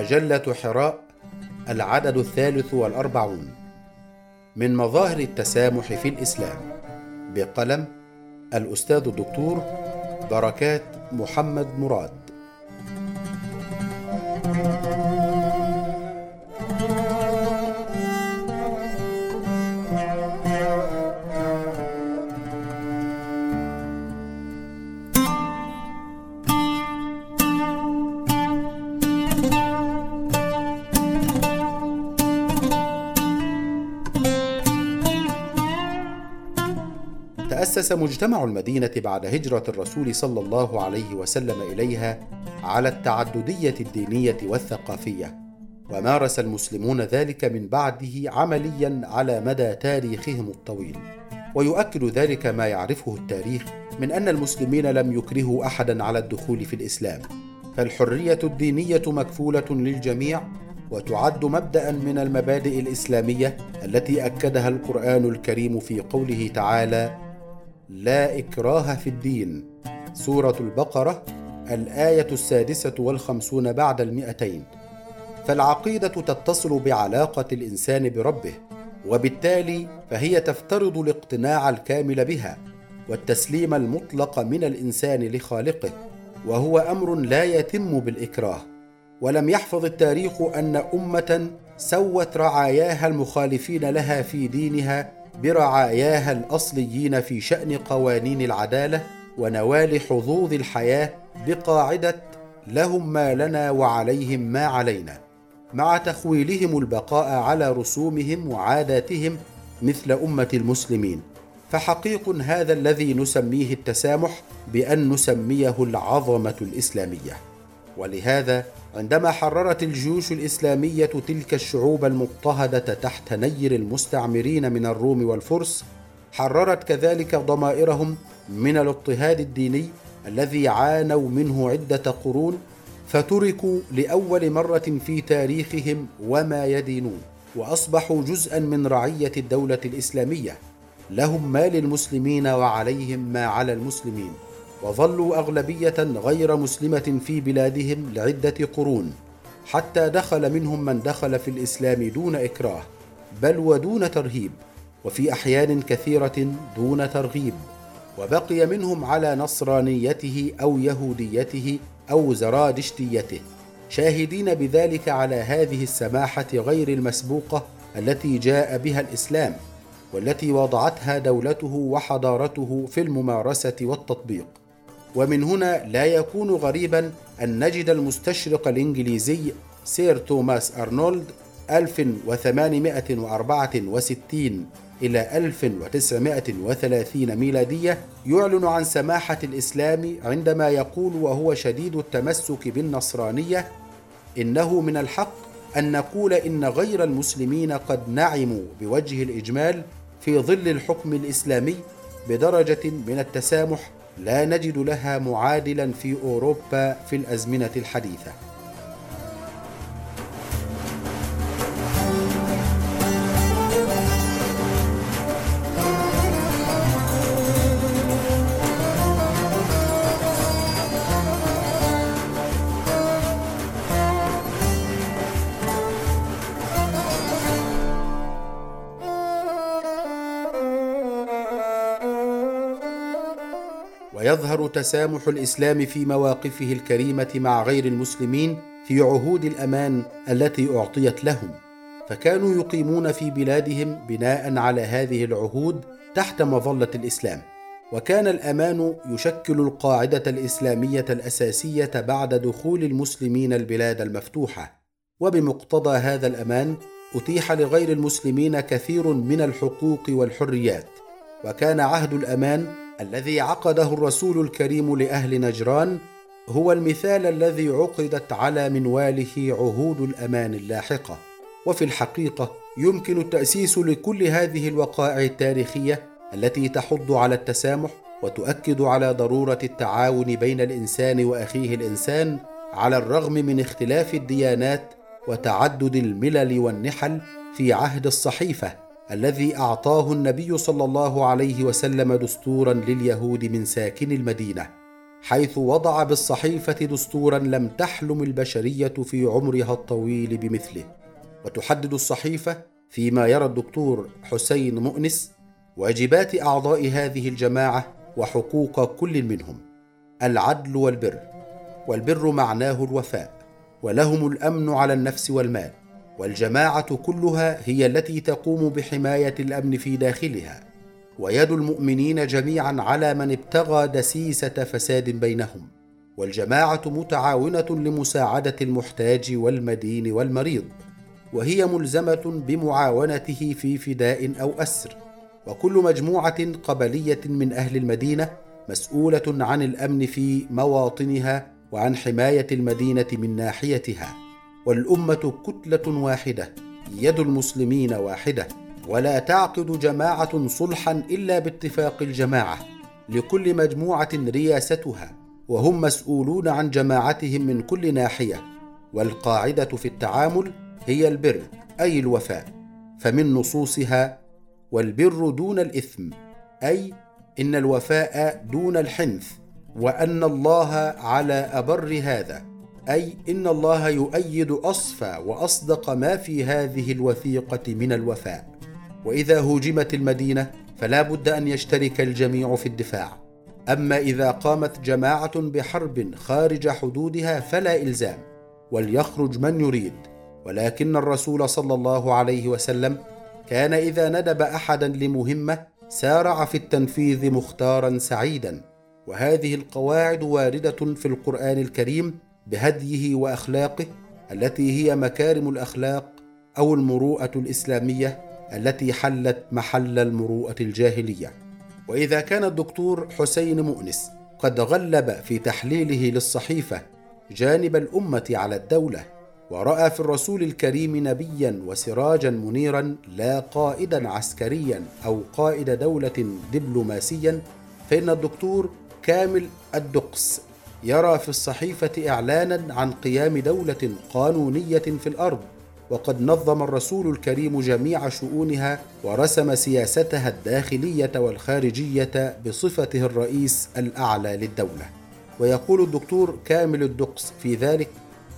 مجلة حراء، العدد 43، من مظاهر التسامح في الإسلام، بقلم الأستاذ الدكتور بركات محمد مراد. تأسس مجتمع المدينة بعد هجرة الرسول صلى الله عليه وسلم إليها على التعددية الدينية والثقافية، ومارس المسلمون ذلك من بعده عملياً على مدى تاريخهم الطويل. ويؤكد ذلك ما يعرفه التاريخ من أن المسلمين لم يكرهوا أحداً على الدخول في الإسلام، فالحرية الدينية مكفولة للجميع، وتعد مبدأ من المبادئ الإسلامية التي أكدها القرآن الكريم في قوله تعالى: لا إكراه في الدين، سورة البقرة، الآية 56 بعد 200. فالعقيدة تتصل بعلاقة الإنسان بربه، وبالتالي فهي تفترض الاقتناع الكامل بها والتسليم المطلق من الإنسان لخالقه، وهو أمر لا يتم بالإكراه. ولم يحفظ التاريخ أن أمة سوت رعاياها المخالفين لها في دينها برعاياها الأصليين في شأن قوانين العدالة ونوال حظوظ الحياة بقاعدة لهم ما لنا وعليهم ما علينا، مع تخويلهم البقاء على رسومهم وعاداتهم مثل أمة المسلمين. فحقيق هذا الذي نسميه التسامح بأن نسميه العظمة الإسلامية. ولهذا عندما حررت الجيوش الإسلامية تلك الشعوب المضطهدة تحت نير المستعمرين من الروم والفرس، حررت كذلك ضمائرهم من الاضطهاد الديني الذي عانوا منه عدة قرون، فتركوا لأول مرة في تاريخهم وما يدينون، وأصبحوا جزءا من رعية الدولة الإسلامية، لهم ما للمسلمين وعليهم ما على المسلمين، وظلوا أغلبية غير مسلمة في بلادهم لعدة قرون، حتى دخل منهم من دخل في الإسلام دون إكراه، بل ودون ترهيب، وفي أحيان كثيرة دون ترغيب، وبقي منهم على نصرانيته أو يهوديته أو زرادشتيته، شاهدين بذلك على هذه السماحة غير المسبوقة التي جاء بها الإسلام، والتي وضعتها دولته وحضارته في الممارسة والتطبيق. ومن هنا لا يكون غريبا أن نجد المستشرق الإنجليزي سير توماس أرنولد 1864 إلى 1930 ميلادية يعلن عن سماحة الإسلام عندما يقول وهو شديد التمسك بالنصرانية: إنه من الحق أن نقول إن غير المسلمين قد نعموا بوجه الإجمال في ظل الحكم الإسلامي بدرجة من التسامح لا نجد لها معادلا في أوروبا في الأزمنة الحديثة. ويظهر تسامح الإسلام في مواقفه الكريمة مع غير المسلمين في عهود الأمان التي أعطيت لهم، فكانوا يقيمون في بلادهم بناء على هذه العهود تحت مظلة الإسلام، وكان الأمان يشكل القاعدة الإسلامية الأساسية بعد دخول المسلمين البلاد المفتوحة. وبمقتضى هذا الأمان أتيح لغير المسلمين كثير من الحقوق والحريات. وكان عهد الأمان الذي عقده الرسول الكريم لأهل نجران هو المثال الذي عقدت على منواله عهود الأمان اللاحقة. وفي الحقيقة يمكن التأسيس لكل هذه الوقائع التاريخية التي تحض على التسامح وتؤكد على ضرورة التعاون بين الإنسان وأخيه الإنسان على الرغم من اختلاف الديانات وتعدد الملل والنحل في عهد الصحيفة الذي أعطاه النبي صلى الله عليه وسلم دستورا لليهود من ساكن المدينة، حيث وضع بالصحيفة دستورا لم تحلم البشرية في عمرها الطويل بمثله. وتحدد الصحيفة فيما يرى الدكتور حسين مؤنس واجبات أعضاء هذه الجماعة وحقوق كل منهم: العدل والبر، والبر معناه الوفاء، ولهم الأمن على النفس والمال، والجماعة كلها هي التي تقوم بحماية الأمن في داخلها، ويد المؤمنين جميعا على من ابتغى دسيسة فساد بينهم، والجماعة متعاونة لمساعدة المحتاج والمدين والمريض، وهي ملزمة بمعاونته في فداء أو أسر. وكل مجموعة قبلية من أهل المدينة مسؤولة عن الأمن في مواطنها وعن حماية المدينة من ناحيتها، والأمة كتلة واحدة، يد المسلمين واحدة، ولا تعقد جماعة صلحا إلا باتفاق الجماعة، لكل مجموعة رياستها، وهم مسؤولون عن جماعتهم من كل ناحية. والقاعدة في التعامل هي البر، أي الوفاء، فمن نصوصها: والبر دون الإثم، أي إن الوفاء دون الحنث، وأن الله على أبر هذا، أي إن الله يؤيد أصفى وأصدق ما في هذه الوثيقة من الوفاء. وإذا هوجمت المدينة فلا بد أن يشترك الجميع في الدفاع. أما إذا قامت جماعة بحرب خارج حدودها فلا إلزام، وليخرج من يريد. ولكن الرسول صلى الله عليه وسلم كان إذا ندب أحدا لمهمة سارع في التنفيذ مختارا سعيدا. وهذه القواعد واردة في القرآن الكريم بهديه وأخلاقه التي هي مكارم الأخلاق أو المروءة الإسلامية التي حلت محل المروءة الجاهلية. وإذا كان الدكتور حسين مؤنس قد غلب في تحليله للصحيفة جانب الأمة على الدولة، ورأى في الرسول الكريم نبيا وسراجا منيرا لا قائدا عسكريا أو قائد دولة دبلوماسيا، فإن الدكتور كامل الدقس يرى في الصحيفة إعلانا عن قيام دولة قانونية في الأرض، وقد نظم الرسول الكريم جميع شؤونها ورسم سياستها الداخلية والخارجية بصفته الرئيس الأعلى للدولة. ويقول الدكتور كامل الدقس في ذلك: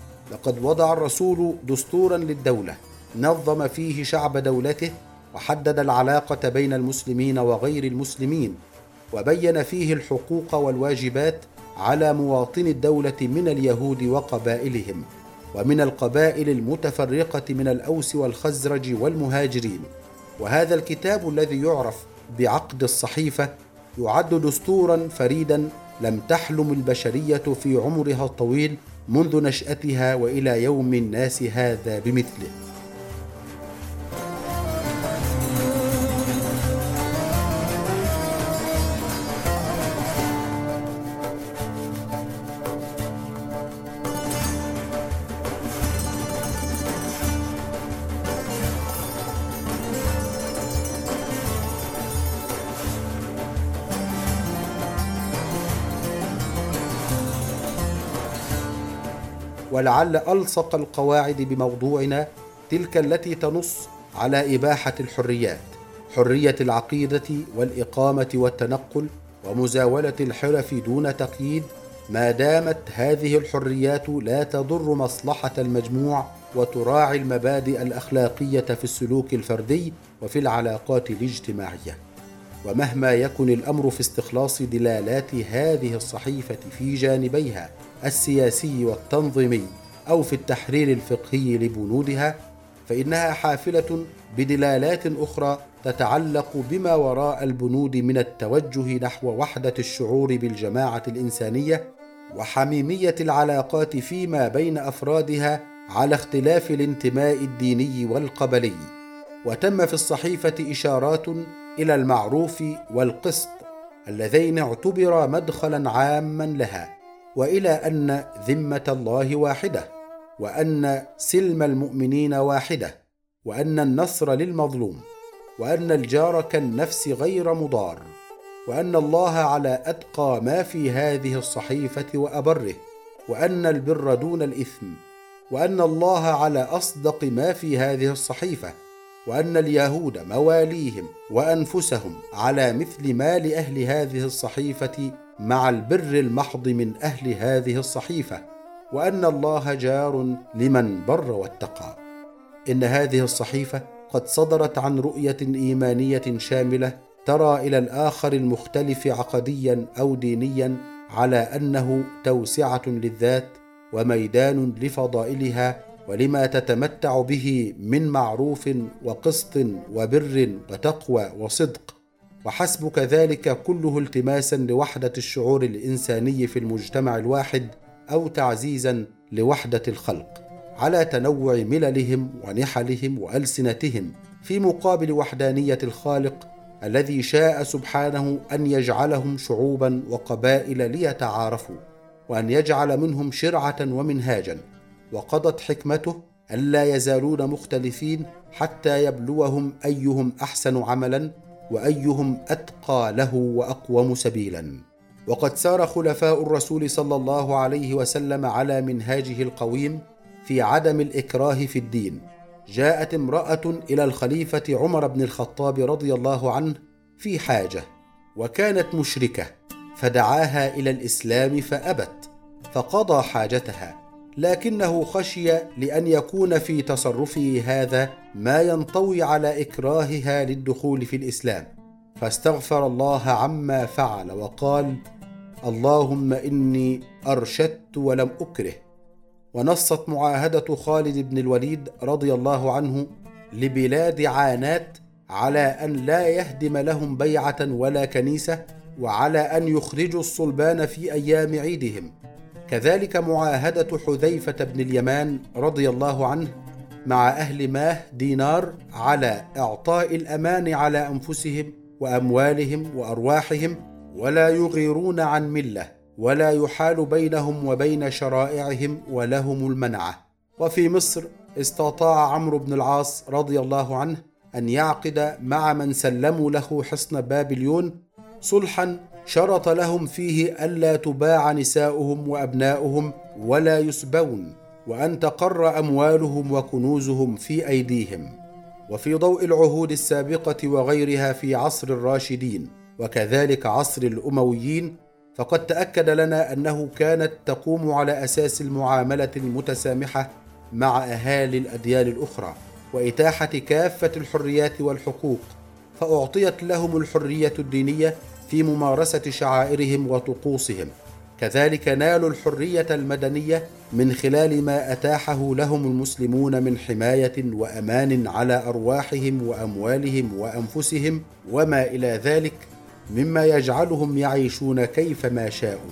لقد وضع الرسول دستورا للدولة نظم فيه شعب دولته، وحدد العلاقة بين المسلمين وغير المسلمين، وبين فيه الحقوق والواجبات على مواطني الدولة من اليهود وقبائلهم، ومن القبائل المتفرقة من الأوس والخزرج والمهاجرين. وهذا الكتاب الذي يعرف بعقد الصحيفة يعد دستورا فريدا لم تحلم البشرية في عمرها الطويل منذ نشأتها وإلى يوم الناس هذا بمثله. ولعل ألصق القواعد بموضوعنا تلك التي تنص على إباحة الحريات: حرية العقيدة والإقامة والتنقل ومزاولة الحرف دون تقييد، ما دامت هذه الحريات لا تضر مصلحة المجموع وتراعي المبادئ الأخلاقية في السلوك الفردي وفي العلاقات الاجتماعية. ومهما يكن الأمر في استخلاص دلالات هذه الصحيفة في جانبيها السياسي والتنظيمي أو في التحرير الفقهي لبنودها، فإنها حافلة بدلالات أخرى تتعلق بما وراء البنود من التوجه نحو وحدة الشعور بالجماعة الإنسانية وحميمية العلاقات فيما بين أفرادها على اختلاف الانتماء الديني والقبلي. وتم في الصحيفة إشارات إلى المعروف والقسط اللذين اعتبرا مدخلا عاما لها، وإلى أن ذمة الله واحدة، وأن سلم المؤمنين واحدة، وأن النصر للمظلوم، وأن الجار كالنفس غير مضار، وأن الله على أتقى ما في هذه الصحيفة وأبره، وأن البر دون الإثم، وأن الله على أصدق ما في هذه الصحيفة، وأن اليهود مواليهم وأنفسهم على مثل ما لأهل هذه الصحيفة مع البر المحض من أهل هذه الصحيفة، وأن الله جار لمن بر واتقى. إن هذه الصحيفة قد صدرت عن رؤية إيمانية شاملة ترى إلى الآخر المختلف عقديا أو دينيا على أنه توسعة للذات وميدان لفضائلها ولما تتمتع به من معروف وقسط وبر وتقوى وصدق، وحسبك ذلك كله التماسا لوحدة الشعور الإنساني في المجتمع الواحد أو تعزيزا لوحدة الخلق على تنوع مللهم ونحلهم وألسنتهم، في مقابل وحدانية الخالق الذي شاء سبحانه أن يجعلهم شعوبا وقبائل ليتعارفوا، وأن يجعل منهم شرعة ومنهاجا، وقضت حكمته ألا يزالون مختلفين حتى يبلوهم أيهم أحسن عملا وأيهم أتقى له وأقوم سبيلا. وقد سار خلفاء الرسول صلى الله عليه وسلم على منهاجه القويم في عدم الإكراه في الدين. جاءت امرأة إلى الخليفة عمر بن الخطاب رضي الله عنه في حاجة، وكانت مشركة، فدعاها إلى الإسلام فأبت، فقضى حاجتها، لكنه خشي لأن يكون في تصرفه هذا ما ينطوي على إكراهها للدخول في الإسلام، فاستغفر الله عما فعل وقال: اللهم إني أرشدت ولم أكره. ونصت معاهدة خالد بن الوليد رضي الله عنه لبلاد عانات على أن لا يهدم لهم بيعة ولا كنيسة، وعلى أن يخرجوا الصلبان في أيام عيدهم. كذلك معاهدة حذيفة بن اليمان رضي الله عنه مع أهل ماه دينار على إعطاء الأمان على أنفسهم وأموالهم وأرواحهم، ولا يغيرون عن ملة، ولا يحال بينهم وبين شرائعهم ولهم المنعة. وفي مصر استطاع عمرو بن العاص رضي الله عنه أن يعقد مع من سلموا له حصن بابليون صلحا شرط لهم فيه ألا تباع نساؤهم وأبناؤهم ولا يسبون، وأن تقر أموالهم وكنوزهم في أيديهم. وفي ضوء العهود السابقة وغيرها في عصر الراشدين وكذلك عصر الأمويين، فقد تأكد لنا أنه كانت تقوم على أساس المعاملة المتسامحة مع أهالي الأديان الأخرى، وإتاحة كافة الحريات والحقوق، فأعطيت لهم الحرية الدينية في ممارسة شعائرهم وطقوسهم. كذلك نالوا الحرية المدنية من خلال ما أتاحه لهم المسلمون من حماية وأمان على أرواحهم وأموالهم وأنفسهم وما إلى ذلك، مما يجعلهم يعيشون كيفما شاءوا.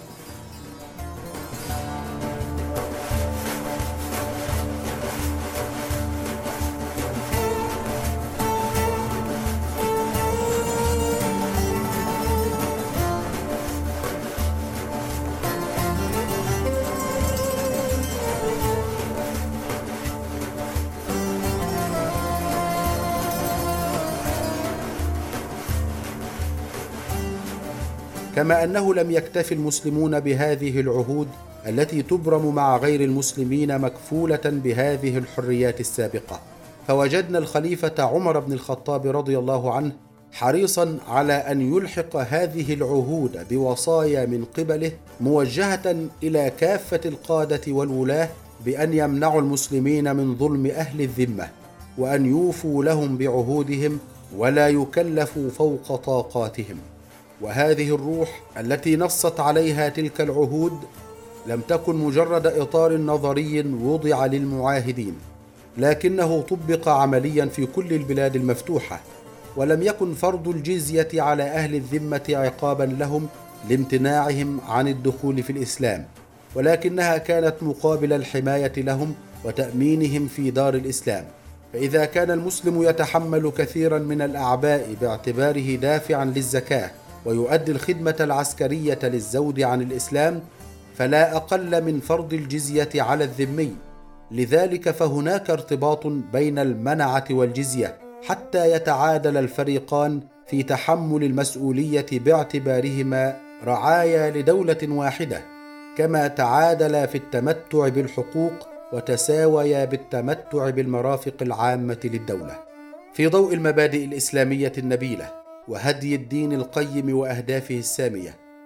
كما أنه لم يكتف المسلمون بهذه العهود التي تبرم مع غير المسلمين مكفولة بهذه الحريات السابقة، فوجدنا الخليفة عمر بن الخطاب رضي الله عنه حريصا على أن يلحق هذه العهود بوصايا من قبله موجهة إلى كافة القادة والولاة بأن يمنعوا المسلمين من ظلم أهل الذمة، وأن يوفوا لهم بعهودهم ولا يكلفوا فوق طاقاتهم. وهذه الروح التي نصت عليها تلك العهود لم تكن مجرد إطار نظري وضع للمعاهدين، لكنه طبق عمليا في كل البلاد المفتوحة، ولم يكن فرض الجزية على أهل الذمة عقابا لهم لامتناعهم عن الدخول في الإسلام، ولكنها كانت مقابل الحماية لهم وتأمينهم في دار الإسلام. فإذا كان المسلم يتحمل كثيرا من الأعباء باعتباره دافعا للزكاة ويؤدي الخدمة العسكرية للزود عن الإسلام، فلا أقل من فرض الجزية على الذمي. لذلك فهناك ارتباط بين المنعة والجزية حتى يتعادل الفريقان في تحمل المسؤولية باعتبارهما رعايا لدولة واحدة، كما تعادلا في التمتع بالحقوق وتساويا بالتمتع بالمرافق العامة للدولة. في ضوء المبادئ الإسلامية النبيلة وهدي الدين القيم وأهدافه السامية،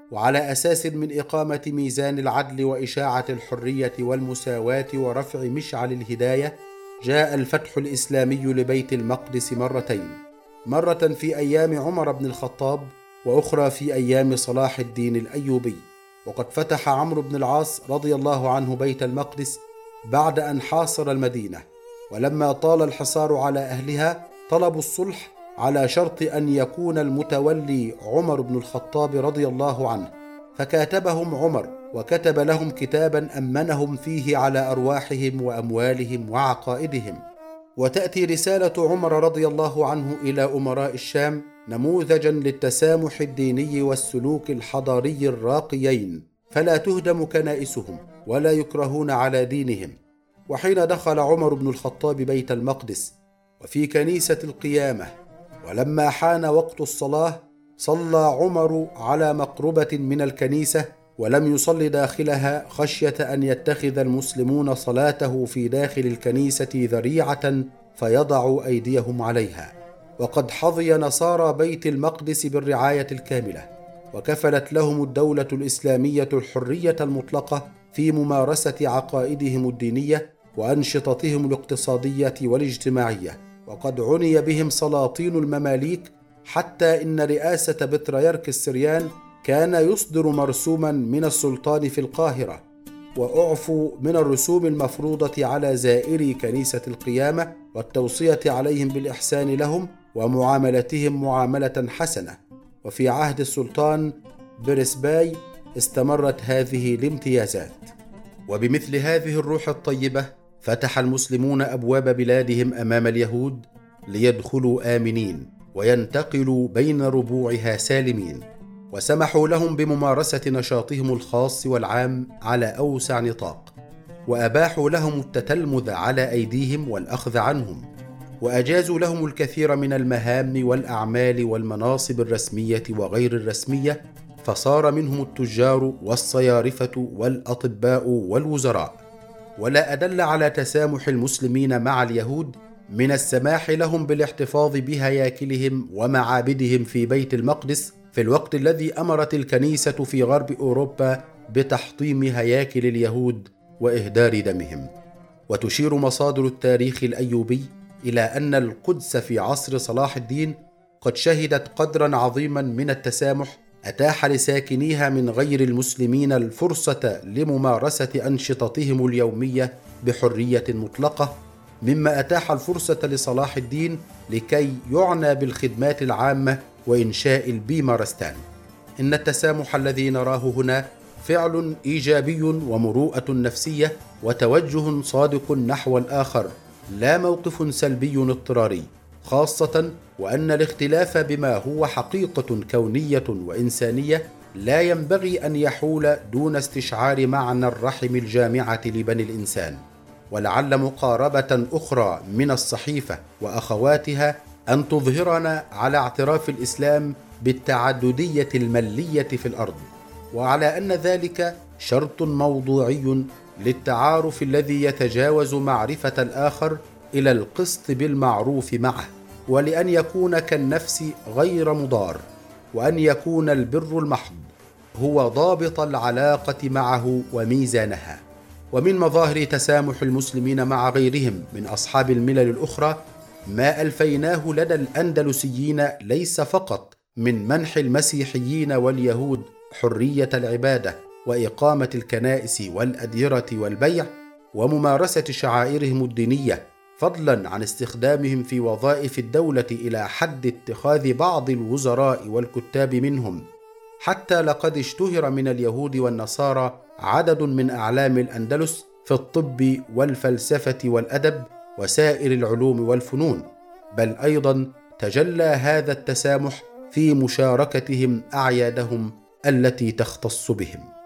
وعلى أساس من إقامة ميزان العدل وإشاعة الحرية والمساواة ورفع مشعل الهداية، جاء الفتح الإسلامي لبيت المقدس مرتين، مرة في أيام عمر بن الخطاب، وأخرى في أيام صلاح الدين الأيوبي. وقد فتح عمرو بن العاص رضي الله عنه بيت المقدس بعد أن حاصر المدينة، ولما طال الحصار على أهلها طلبوا الصلح على شرط أن يكون المتولي عمر بن الخطاب رضي الله عنه، فكاتبهم عمر وكتب لهم كتابا أمنهم فيه على أرواحهم وأموالهم وعقائدهم. وتأتي رسالة عمر رضي الله عنه إلى أمراء الشام نموذجا للتسامح الديني والسلوك الحضاري الراقيين، فلا تهدم كنائسهم ولا يكرهون على دينهم. وحين دخل عمر بن الخطاب بيت المقدس وفي كنيسة القيامة، ولما حان وقت الصلاة صلى عمر على مقربة من الكنيسة ولم يصل داخلها خشية أن يتخذ المسلمون صلاته في داخل الكنيسة ذريعة فيضعوا أيديهم عليها. وقد حظي نصارى بيت المقدس بالرعاية الكاملة، وكفلت لهم الدولة الإسلامية الحرية المطلقة في ممارسة عقائدهم الدينية وأنشطتهم الاقتصادية والاجتماعية. وقد عني بهم سلاطين المماليك، حتى إن رئاسة بطريرك السريان كان يصدر مرسوما من السلطان في القاهرة، وأعفوا من الرسوم المفروضة على زائري كنيسة القيامة والتوصية عليهم بالإحسان لهم ومعاملتهم معاملة حسنة. وفي عهد السلطان برسباي استمرت هذه الامتيازات. وبمثل هذه الروح الطيبة فتح المسلمون أبواب بلادهم أمام اليهود ليدخلوا آمنين وينتقلوا بين ربوعها سالمين، وسمحوا لهم بممارسة نشاطهم الخاص والعام على أوسع نطاق، وأباحوا لهم التتلمذ على أيديهم والأخذ عنهم، وأجازوا لهم الكثير من المهام والأعمال والمناصب الرسمية وغير الرسمية، فصار منهم التجار والصيارفة والأطباء والوزراء. ولا أدل على تسامح المسلمين مع اليهود من السماح لهم بالاحتفاظ بهياكلهم ومعابدهم في بيت المقدس في الوقت الذي أمرت الكنيسة في غرب أوروبا بتحطيم هياكل اليهود وإهدار دمهم. وتشير مصادر التاريخ الأيوبي إلى أن القدس في عصر صلاح الدين قد شهدت قدرا عظيما من التسامح أتاح لساكنيها من غير المسلمين الفرصة لممارسة أنشطتهم اليومية بحرية مطلقة، مما أتاح الفرصة لصلاح الدين لكي يعنى بالخدمات العامة وإنشاء البيمارستان. إن التسامح الذي نراه هنا فعل إيجابي ومروءة نفسية وتوجه صادق نحو الآخر، لا موقف سلبي اضطراري، خاصة وأن الاختلاف بما هو حقيقة كونية وإنسانية لا ينبغي أن يحول دون استشعار معنى الرحم الجامعة لبني الإنسان. ولعل مقاربة أخرى من الصحيفة وأخواتها أن تظهرنا على اعتراف الإسلام بالتعددية الملية في الأرض، وعلى أن ذلك شرط موضوعي للتعارف الذي يتجاوز معرفة الآخر إلى القسط بالمعروف معه، ولأن يكون كالنفس غير مضار، وأن يكون البر المحض هو ضابط العلاقة معه وميزانها. ومن مظاهر تسامح المسلمين مع غيرهم من أصحاب الملل الأخرى ما ألفيناه لدى الأندلسيين ليس فقط من منح المسيحيين واليهود حرية العبادة وإقامة الكنائس والأديرة والبيع وممارسة شعائرهم الدينية، فضلا عن استخدامهم في وظائف الدولة إلى حد اتخاذ بعض الوزراء والكتاب منهم، حتى لقد اشتهر من اليهود والنصارى عدد من أعلام الأندلس في الطب والفلسفة والأدب وسائر العلوم والفنون، بل أيضا تجلى هذا التسامح في مشاركتهم أعيادهم التي تختص بهم.